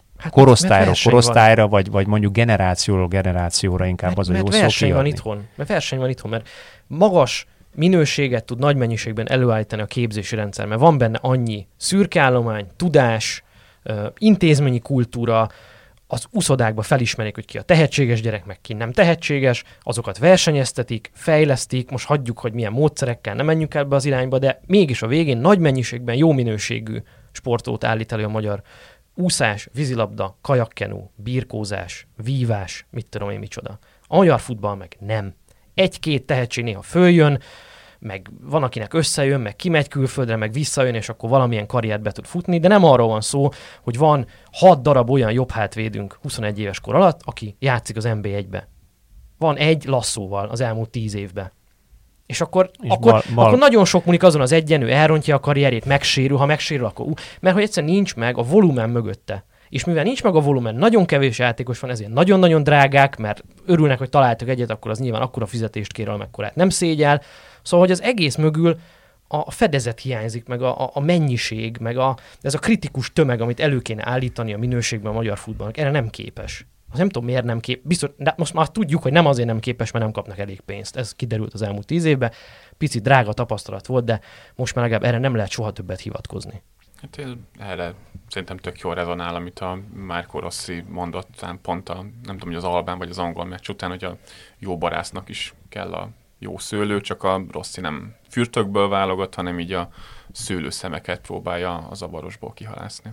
korosztályra, vagy mondjuk generációról generációra inkább az a jó szó kiadni. Mert verseny van itthon, mert magas minőséget tud nagy mennyiségben előállítani a képzési rendszer, mert van benne annyi szürkeállomány, tudás, intézményi kultúra, az úszodákba felismerik, hogy ki a tehetséges gyerek, meg ki nem tehetséges, azokat versenyeztetik, fejlesztik, most hagyjuk, hogy milyen módszerekkel, nem menjünk ebbe az irányba, de mégis a végén nagy mennyiségben jó minőségű sportot állít elő a magyar úszás, vízilabda, kajakkenu, birkózás, vívás, mit tudom én micsoda. A magyar futball meg nem. Egy-két tehetség néha följön, meg van, akinek összejön, meg kimegy külföldre, meg visszajön, és akkor valamilyen karriert be tud futni, de nem arról van szó, hogy van 6 darab olyan jobb hátvédünk 21 éves kor alatt, aki játszik az NB1-be. Van egy Lasszóval az elmúlt 10 évben. És akkor nagyon sok múlik azon az egyen, ő elrontja a karrierjét, megsérül, ha megsérül, akkor mert hogy egyszerűen nincs meg a volumen mögötte. És mivel nincs meg a volumen, nagyon kevés játékos van, ezért nagyon-nagyon drágák, mert örülnek, hogy találtak egyet, akkor az nyilván akkora fizetést kér, amekkorát nem szégyel. Szóval, hogy az egész mögül a fedezet hiányzik, meg a mennyiség, meg ez a kritikus tömeg, amit elő kéne állítani a minőségben a magyar futballnak, erre nem képes. Azt nem tudom, miért nem képes. Biztos, de most már tudjuk, hogy nem azért nem képes, mert nem kapnak elég pénzt. Ez kiderült az elmúlt 10 évben. Picit drága tapasztalat volt, de most már legalább erre nem lehet soha többet hivatkozni. Hát erre szerintem tök jól rezonál, amit a Marco Rossi mondott, pont nem tudom, hogy az albán vagy az angol meccs után, hogy a jó barásznak is kell a jó szőlő, csak a Rossi nem fürtökből válogat, hanem így a szőlőszemeket próbálja a zavarosból kihalászni.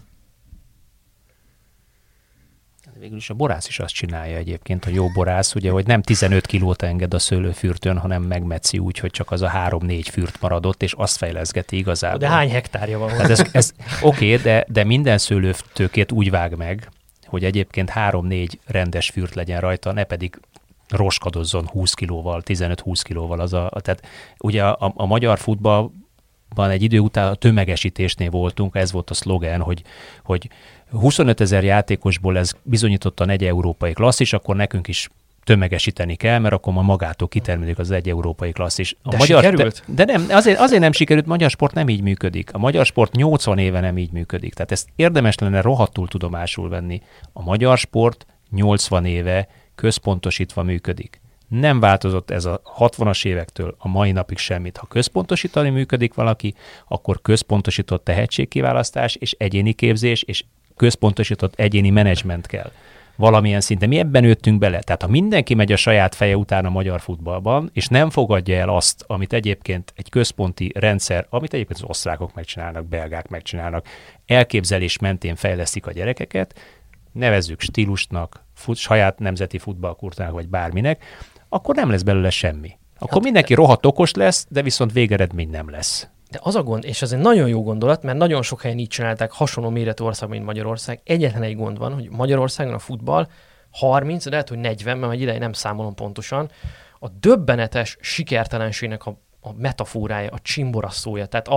Végül is a borász is azt csinálja egyébként, a jó borász, ugye, hogy nem 15 kilót enged a szőlőfürtön, hanem megmetszi úgy, hogy csak az a 3-4 fürt maradott, és azt fejleszgeti igazából. De hány hektárja van? Hát oké, de minden szőlőtőkét úgy vág meg, hogy egyébként 3-4 rendes fürt legyen rajta, ne pedig roskadozzon 20 kilóval, 15-20 kilóval. Tehát ugye a magyar futballban egy idő után a tömegesítésnél voltunk, ez volt a szlogen, hogy 25 000 játékosból ez bizonyítottan egy európai klasszis, akkor nekünk is tömegesíteni kell, mert akkor ma magától kitermelik az egy európai klasszis. Sikerült? De nem, azért nem sikerült, magyar sport nem így működik. A magyar sport 80 éve nem így működik. Tehát ezt érdemes lenne rohadtul tudomásul venni. A magyar sport 80 éve központosítva működik. Nem változott ez a 60-as évektől a mai napig semmit. Ha központosítani működik valaki, akkor központosított tehetségkiválasztás és egyéni képzés és központosított egyéni menedzsment kell. Valamilyen szinten. Mi ebben nőttünk bele. Tehát ha mindenki megy a saját feje után a magyar futballban, és nem fogadja el azt, amit egyébként egy központi rendszer, amit egyébként az osztrákok megcsinálnak, belgák megcsinálnak, elképzelés mentén fejlesztik a gyerekeket, nevezzük stílusnak, saját nemzeti futballkurtának, vagy bárminek, akkor nem lesz belőle semmi. Akkor mindenki rohadt okos lesz, de viszont végeredmény nem lesz. De az a gond, és ez egy nagyon jó gondolat, mert nagyon sok helyen így csinálták hasonló méretű ország, mint Magyarország. Egyetlen egy gond van, hogy Magyarországon a futball 30, de lehet, hogy 40, mert egy ideig nem számolom pontosan, a döbbenetes sikertelenségnek a metaforája, a csimboraszója. Tehát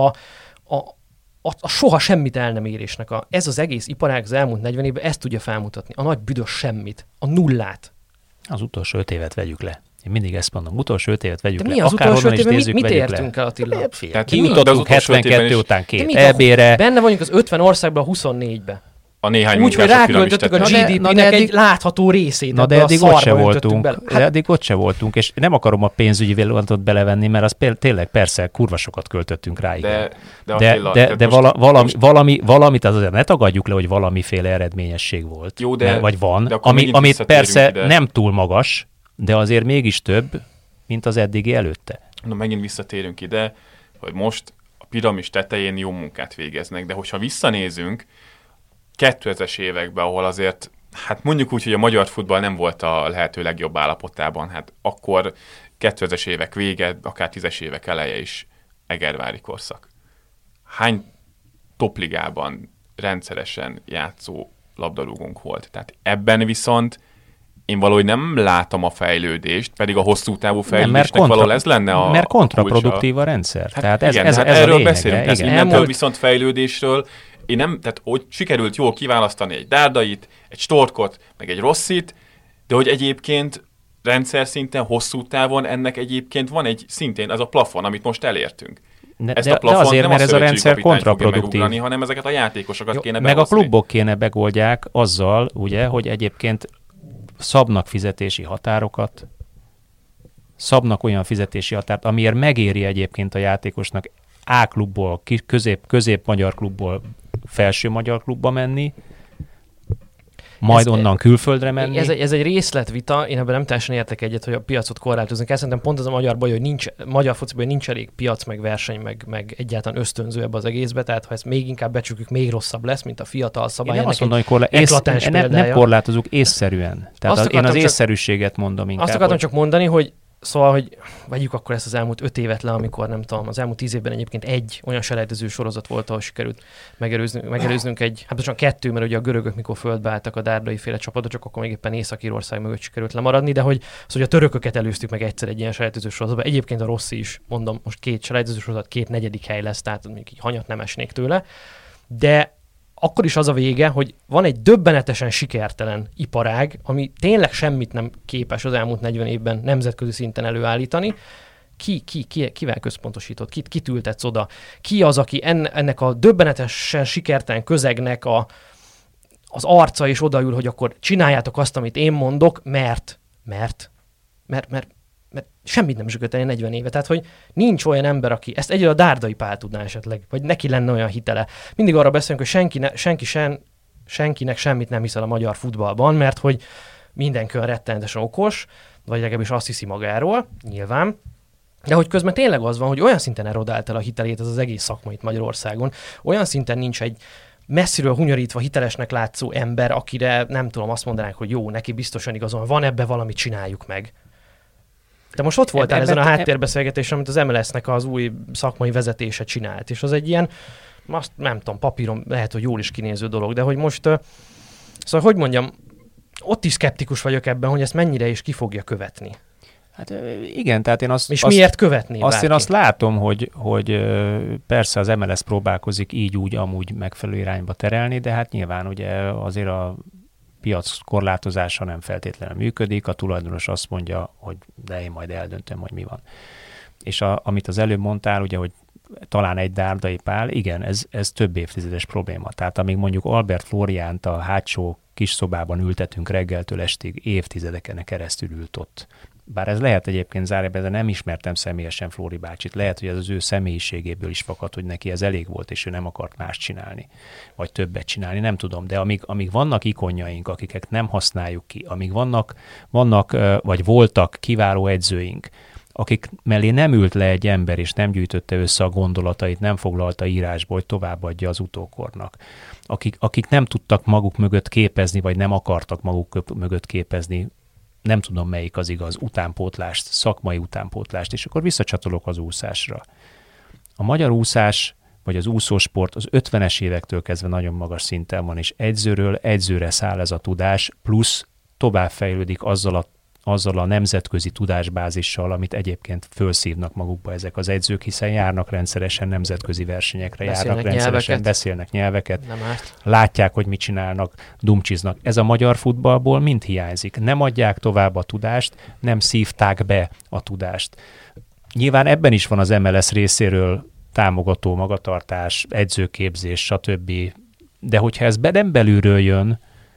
a soha semmit el nem érésnek. Ez az egész iparág az elmúlt 40 évben ezt tudja felmutatni. A nagy büdös semmit, a nullát. Az utolsó 5 évet vegyük le. Én mindig ezt mondom, utolsó 5 évet vegyük le. De mi az utolsó 5 évben, mit értünk el, Attila? Kijutottunk 72 után 2 EB-re. Benne vagyunk az 50 országban, a 24-be. a néhány úgy, hogy ráköltöttük a GDP-nek egy látható részét. Na de eddig ott se voltunk, és nem akarom a pénzügyi vonatot belevenni, mert az tényleg persze kurva sokat költöttünk rá. De valamit azért ne tagadjuk le, hogy valamiféle eredményesség volt. Jó, vagy van, amit persze ide. Nem túl magas, de azért mégis több, mint az eddigi előtte. Na megint visszatérünk ide, hogy most a piramis tetején jó munkát végeznek, de hogyha visszanézünk 2000-es években, ahol azért, hát mondjuk úgy, hogy a magyar futball nem volt a lehető legjobb állapotában, hát akkor 2000-es évek vége, akár 10-es évek eleje is egervári korszak. Hány topligában rendszeresen játszó labdarúgónk volt? Tehát ebben viszont én valahogy nem látom a fejlődést, pedig a hosszú távú fejlődésnek valahol ez lenne a mert kontraproduktív a rendszer. Hát tehát ez erről a beszélünk. Tehát innentől viszont fejlődésről én nem, tehát hogy sikerült jól kiválasztani egy Dárdait, egy Storkot, meg egy Rossit, de hogy egyébként rendszer szinten, hosszú távon ennek egyébként van egy szintén az a plafon, amit most elértünk. Ezt a plafont azért, nem mert ez a rendszer kontraproduktív, hanem ezeket a játékosokat kéne behozni. Meg a klubok kéne megoldják azzal, ugye, hogy egyébként szabnak fizetési határokat, szabnak olyan fizetési határt, amiért megéri egyébként a játékosnak A klubból, közép-magyar klubból felső magyar klubba menni, majd onnan külföldre menni. Ez egy részletvita, én ebben nem teljesen értek egyet, hogy a piacot korlátozni kell. Szerintem pont az a magyar baj, hogy magyar fociban nincs elég piac, meg verseny, meg egyáltalán ösztönző ebbe az egészbe, tehát ha ezt még inkább becsukjuk, még rosszabb lesz, mint a fiatal szabály. Én nem azt mondom, hogy nem korlátozunk észszerűen. Tehát én az észszerűséget mondom inkább. Azt akartam csak mondani, hogy szóval, hogy vegyük akkor ezt az elmúlt 5 évet le, amikor nem tudom, az elmúlt 10 évben egyébként egy olyan selejtező sorozat volt, ahol sikerült megelőznünk egy, hát most 2, mert ugye a görögök mikor földbe álltak a dárdai féle csapatot, csak akkor még éppen Észak-Írország mögött sikerült lemaradni, de hogy a törököket előztük meg egyszer egy ilyen selejtező sorozatban. Egyébként a Rossi is, mondom, most 2 selejtező sorozat, 2 negyedik hely lesz, tehát még így hanyat nem esnék tőle, de akkor is az a vége, hogy van egy döbbenetesen sikertelen iparág, ami tényleg semmit nem képes az elmúlt 40 évben nemzetközi szinten előállítani. Kivel központosított? Kit ültetsz oda? Ki az, aki ennek a döbbenetesen sikertelen közegnek az arca és odaül, hogy akkor csináljátok azt, amit én mondok, mert semmit nem zsökötelni 40 éve. Tehát, hogy nincs olyan ember, aki ezt egyre a Dárdai Pál tudná esetleg, vagy neki lenne olyan hitele. Mindig arra beszélünk, hogy senkinek semmit nem hiszel a magyar futballban, mert hogy mindenki olyan rettenetesen okos, vagy legalábbis azt hiszi magáról, nyilván. De hogy közben tényleg az van, hogy olyan szinten erodált el a hitelét ez az egész szakma itt Magyarországon, olyan szinten nincs egy messziről hunyorítva hitelesnek látszó ember, akire nem tudom, azt mondanák, hogy jó, neki biztosan igazon van ebbe valamit, csináljuk meg. De most ott voltál ezen a háttérbeszélgetésen, amit az MLS-nek az új szakmai vezetése csinált, és az egy ilyen, azt nem tudom, papíron lehet, hogy jól is kinéző dolog, de hogy most, szóval hogy mondjam, ott is szkeptikus vagyok ebben, hogy ezt mennyire is ki fogja követni. Hát igen, tehát én miért követni? Én azt látom, hogy persze az MLS próbálkozik így-úgy amúgy megfelelő irányba terelni, de hát nyilván ugye azért a piac korlátozása nem feltétlenül működik, a tulajdonos azt mondja, hogy de én majd eldöntöm, hogy mi van. És amit az előbb mondtál, ugye, hogy talán egy Dárdai Pál, igen, ez több évtizedes probléma. Tehát amíg mondjuk Albert Flóriánt a hátsó kis szobában ültetünk reggeltől estig, évtizedeken keresztül ült ott. Bár ez lehet egyébként zárójelben, de nem ismertem személyesen Flóri bácsit. Lehet, hogy ez az ő személyiségéből is fakad, hogy neki ez elég volt, és ő nem akart más csinálni, vagy többet csinálni, nem tudom. De amíg vannak ikonjaink, akiket nem használjuk ki, amíg vannak vagy voltak kiváló edzőink, akik mellé nem ült le egy ember, és nem gyűjtötte össze a gondolatait, nem foglalta írásba, hogy továbbadja az utókornak. Akik nem tudtak maguk mögött képezni, vagy nem akartak maguk mögött képezni, nem tudom melyik az igaz, utánpótlást, szakmai utánpótlást, és akkor visszacsatolok az úszásra. A magyar úszás, vagy az úszósport az 50-es évektől kezdve nagyon magas szinten van, és egyzőről egyzőre száll ez a tudás, plusz továbbfejlődik azzal a nemzetközi tudásbázissal, amit egyébként fölszívnak magukba ezek az edzők, hiszen járnak rendszeresen nemzetközi versenyekre, beszélnek nyelveket, látják, hogy mit csinálnak, dumcsiznak. Ez a magyar futballból mind hiányzik. Nem adják tovább a tudást, nem szívták be a tudást. Nyilván ebben is van az MLS részéről támogató magatartás, edzőképzés, stb. de hogyha ez nem belülről jön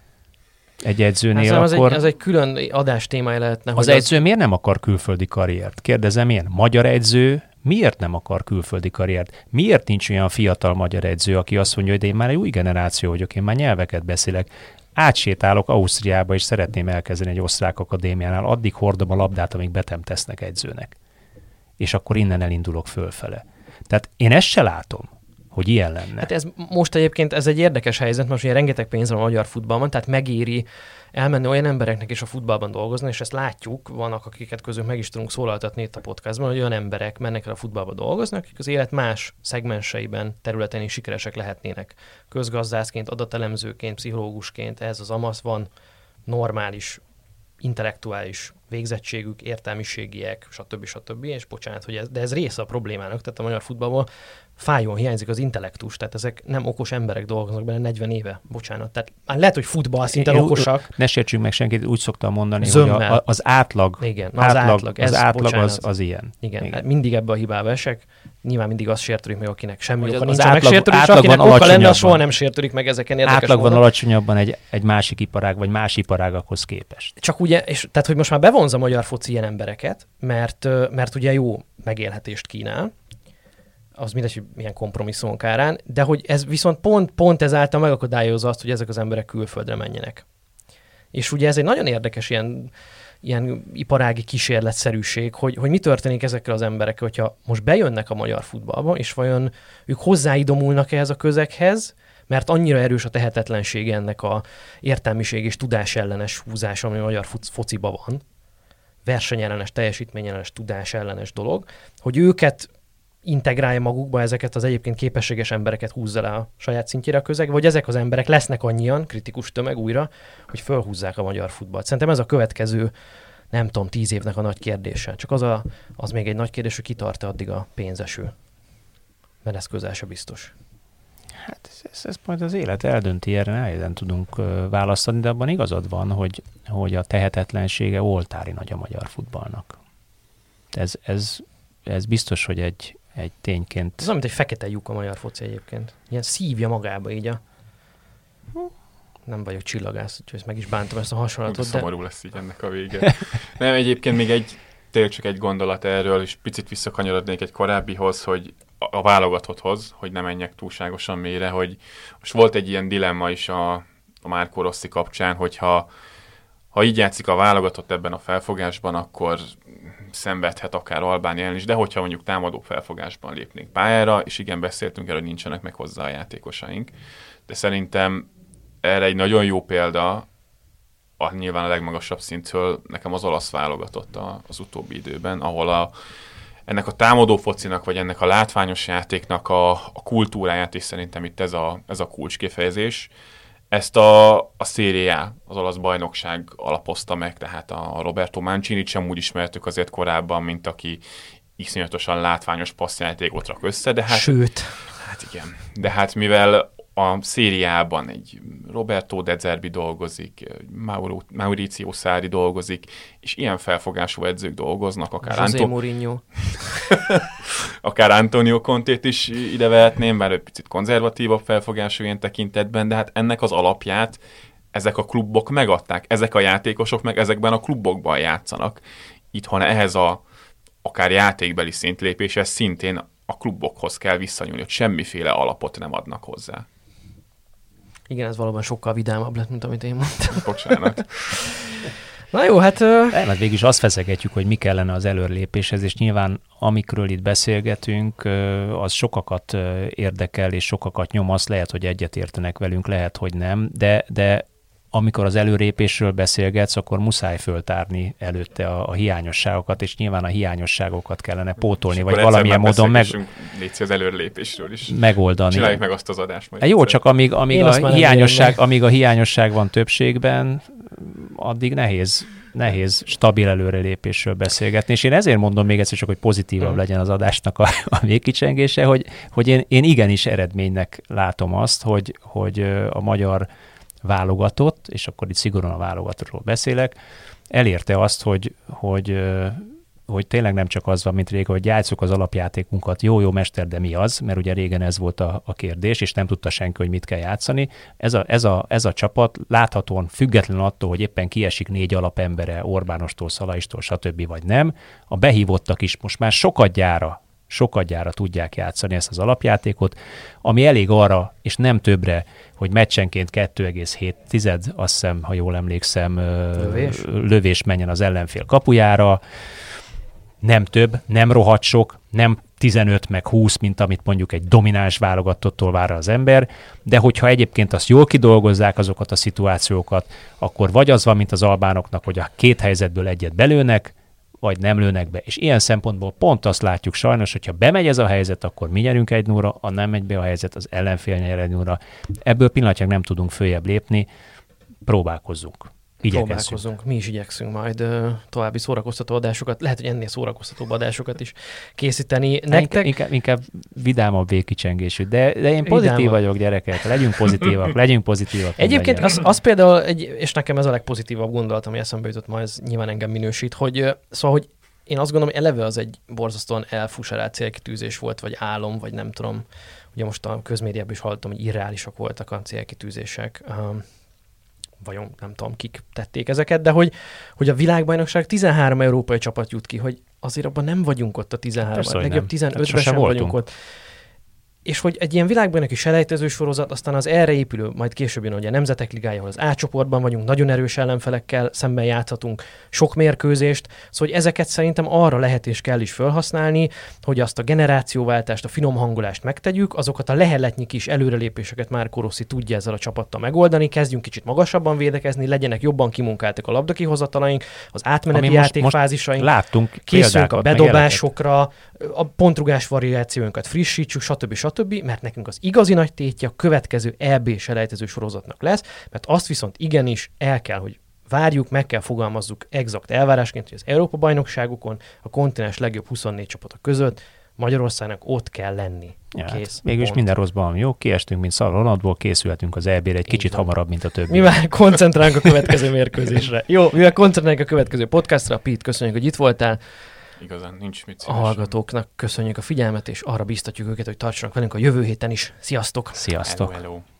egy edzőnél, akkor... Ez egy külön adás témája lehetne. Az edző miért nem akar külföldi karriert? Kérdezem én, magyar edző miért nem akar külföldi karriert? Miért nincs olyan fiatal magyar edző, aki azt mondja, hogy én már egy új generáció vagyok, én már nyelveket beszélek, átsétálok Ausztriába, és szeretném elkezdeni egy osztrák akadémiánál, addig hordom a labdát, amíg betem tesznek edzőnek. És akkor innen elindulok fölfele. Tehát én ezt se látom, hogy ilyen lenne. Hát ez most egyébként ez egy érdekes helyzet, most ugye rengeteg pénz van a magyar futballban, tehát megéri elmenni olyan embereknek is a futballban dolgozni, és ezt látjuk, vannak, akiket közül meg is tudunk szólaltatni itt a podcastban, hogy olyan emberek mennek el a futballba dolgozni, akik az élet más szegmenseiben, területen is sikeresek lehetnének. Közgazdászként, adatelemzőként, pszichológusként, ehhez az AMASZ van normális, intellektuális végzettségük, értelmiségiek, stb. És bocsánat, hogy de ez része a problémának, tehát a magyar futballból fájón hiányzik az intellektus, tehát ezek nem okos emberek dolgoznak benne 40 éve, bocsánat. Tehát már lehet, hogy futball szinten okosak. Ne sértsünk meg senkit, úgy szoktam mondani, zömmel. Hogy az átlag, igen, az átlag az ilyen. Igen. Hát mindig ebbe a hibába esek. Nyilván mindig azt sértődik meg, akinek semmi oka nincs, az megsértődik, és akinek oka lenne, az soha nem sértődik meg ezeken érdekes átlagban alacsonyabban egy másik iparág, vagy más iparágakhoz képest. Csak ugye, és tehát, hogy most már bevonz a magyar foci ilyen embereket, mert ugye jó megélhetést kínál, az mindegy, hogy milyen kompromisszumok árán, de hogy ez viszont pont ezáltal megakadályozza azt, hogy ezek az emberek külföldre menjenek. És ugye ez egy nagyon érdekes ilyen iparági kísérletszerűség, hogy mi történik ezekkel az emberekkel, hogyha most bejönnek a magyar futballba, és vajon ők hozzáidomulnak ehhez a közeghez, mert annyira erős a tehetetlensége ennek a értelmiség és tudás ellenes húzása, ami a magyar fociba van, versenyellenes, teljesítményellenes, tudás ellenes dolog, hogy őket integrálja magukba, ezeket az egyébként képességes embereket húzza le a saját szintjére a közeg, vagy ezek az emberek lesznek annyian, kritikus tömeg újra, hogy fölhúzzák a magyar futballt. Szerintem ez a következő, nem tudom, 10 évnek a nagy kérdése. Csak az még egy nagy kérdés, hogy kitart-e addig a pénzeső. Mert ez közel se biztos. Hát ez majd az élet eldönti, erre nehezen tudunk választani, de abban igazad van, hogy a tehetetlensége oltári nagy a magyar futballnak. Ez biztos, hogy egy tényként... Ez olyan, mint egy fekete lyuk a magyar foci egyébként. Ilyen szívja magába így a... Nem vagyok csillagász, úgyhogy ezt meg is bántam ezt a hasonlatot. Szomorú lesz így ennek a vége. Nem, egyébként még tényleg csak egy gondolat erről, és picit visszakanyarodnék egy korábbihoz, hogy a válogatotthoz, hogy ne menjek túlságosan mélyre, hogy most volt egy ilyen dilemma is a Marco Rossi kapcsán, hogyha így játszik a válogatott ebben a felfogásban, akkor szenvedhet akár Albánia ellen is, de hogyha mondjuk támadó felfogásban lépnénk pályára, és igen, beszéltünk erről, hogy nincsenek meg hozzá a játékosaink, de szerintem erre egy nagyon jó példa, nyilván a legmagasabb szintől nekem az olasz válogatott az utóbbi időben, ahol ennek a támadó focinak, vagy ennek a látványos játéknak a kultúráját is szerintem itt ez a kulcs kifejezés. Ezt a Serie A, az olasz bajnokság alapozta meg, tehát a Roberto Mancinit sem úgy ismertük azért korábban, mint aki iszonyatosan látványos passzjátékot rak össze, de hát... Sőt. Hát igen. De hát mivel a Serie A-ban egy Roberto De Zerbi dolgozik, Maurizio Sarri dolgozik, és ilyen felfogású edzők dolgoznak, akár Mourinho. Akár Antonio Contét is ide vehetném, bár egy picit konzervatívabb felfogású ilyen tekintetben, de hát ennek az alapját ezek a klubok megadták, ezek a játékosok meg ezekben a klubokban játszanak. Itthon ehhez akár játékbeli szintlépéshez szintén a klubokhoz kell visszanyúlni, hogy semmiféle alapot nem adnak hozzá. Igen, ez valóban sokkal vidámabb lett, mint amit én mondtam. Bocsánat. Na jó, hát... Mert végig is azt feszegetjük, hogy mi kellene az előrelépéshez, és nyilván amikről itt beszélgetünk, az sokakat érdekel, és sokakat nyomaszt, lehet, hogy egyetértenek velünk, lehet, hogy nem, de amikor az előrépésről beszélgetsz, akkor muszáj föltárni előtte a hiányosságokat, és nyilván a hiányosságokat kellene pótolni, vagy valamilyen módon légy az előrelépésről is megoldani. Csináljuk meg azt az adást. Majd jó, csak amíg a hiányosság van többségben, addig nehéz stabil előrelépésről beszélgetni, és én ezért mondom még egyszer csak, hogy pozitívabb legyen az adásnak a végkicsengése, hogy én igenis eredménynek látom azt, hogy a magyar válogatott, és akkor itt szigorúan a válogatottról beszélek, elérte azt, hogy hogy tényleg nem csak az van, mint régen, hogy játsszuk az alapjátékunkat, jó mester, de mi az? Mert ugye régen ez volt a kérdés, és nem tudta senki, hogy mit kell játszani. Ez a csapat láthatóan független attól, hogy éppen kiesik 4 alapembere Orbánostól, Szalaistól, stb. Vagy nem, a behívottak is most már sokadjára tudják játszani ezt az alapjátékot, ami elég arra, és nem többre, hogy meccsenként 2,7, azt hiszem, ha jól emlékszem, lövés menjen az ellenfél kapujára, nem több, nem rohadt sok, nem 15 meg 20, mint amit mondjuk egy domináns válogatottól vár az ember, de hogyha egyébként azt jól kidolgozzák azokat a szituációkat, akkor vagy az van, mint az albánoknak, hogy a 2 helyzetből egyet belőnek, vagy nem lőnek be. És ilyen szempontból pont azt látjuk sajnos, hogyha bemegy ez a helyzet, akkor mi nyerünk 1-0-ra, ha nem megy be a helyzet, az ellenfél nyer 1-0-ra. Ebből pillanatnyilag nem tudunk följebb lépni, próbálkozzunk. Próbálkozunk, mi is igyekszünk majd további szórakoztató adásokat, lehet, hogy ennél szórakoztatóbb adásokat is készíteni. Nektek... Inkább vidámabb végkicsengésű, de én pozitív vagyok, gyerekek, legyünk pozitívak. Egyébként az például, és nekem ez a legpozitívabb gondolat, ami eszembe jutott, ma ez nyilván engem minősít, hogy én azt gondolom, hogy eleve az egy borzasztóan elfuserált célkitűzés volt, vagy álom, vagy nem tudom, ugye most a közmédiában is hallottam, hogy irreálisak voltak a célkitűzések. Vajon nem tudom, kik tették ezeket, de hogy a világbajnokság 13 európai csapat jut ki, hogy azért abban nem vagyunk ott a 13-ban, legjobb 15-ben sem vagyunk ott. És hogy egy ilyen világbajnoki selejtező sorozat, aztán az erre épülő, majd később jön ugye a Nemzetek Ligája, ahol az A csoportban vagyunk, nagyon erős ellenfelekkel szemben játszhatunk, sok mérkőzést, szóval hogy ezeket szerintem arra lehet és kell is felhasználni, hogy azt a generációváltást, a finom hangolást megtegyük, azokat a leheletnyi kis előrelépéseket Marco Rossi tudja ezzel a csapattal megoldani, kezdjünk kicsit magasabban védekezni, legyenek jobban kimunkáltak a labdakihozatalaink, az átmeneti játékfázisaink, láttunk készülünk a bedobásokra, a pontrugás variációinkat frissítsük, stb., mert nekünk az igazi nagy tétje a következő EB selejtező sorozatnak lesz, mert azt viszont igenis el kell, hogy várjuk, meg kell fogalmazzuk exakt elvárásként, hogy az Európa-bajnokságokon a kontinens legjobb 24 csapata között Magyarországnak ott kell lenni. Ja, kész. Mégis minden rosszban jó, kiestünk, mint Ronaldból, készülhetünk az EB-re egy kicsit hamarabb, mint a többi. Mi már koncentrálunk a következő mérkőzésre. Jó, mivel koncentrálunk a következő podcastra, Pete, köszönjük, hogy itt voltál. Igazán nincs mit szívesen. A hallgatóknak köszönjük a figyelmet, és arra bíztatjuk őket, hogy tartsanak velünk a jövő héten is. Sziasztok! Sziasztok! Hello.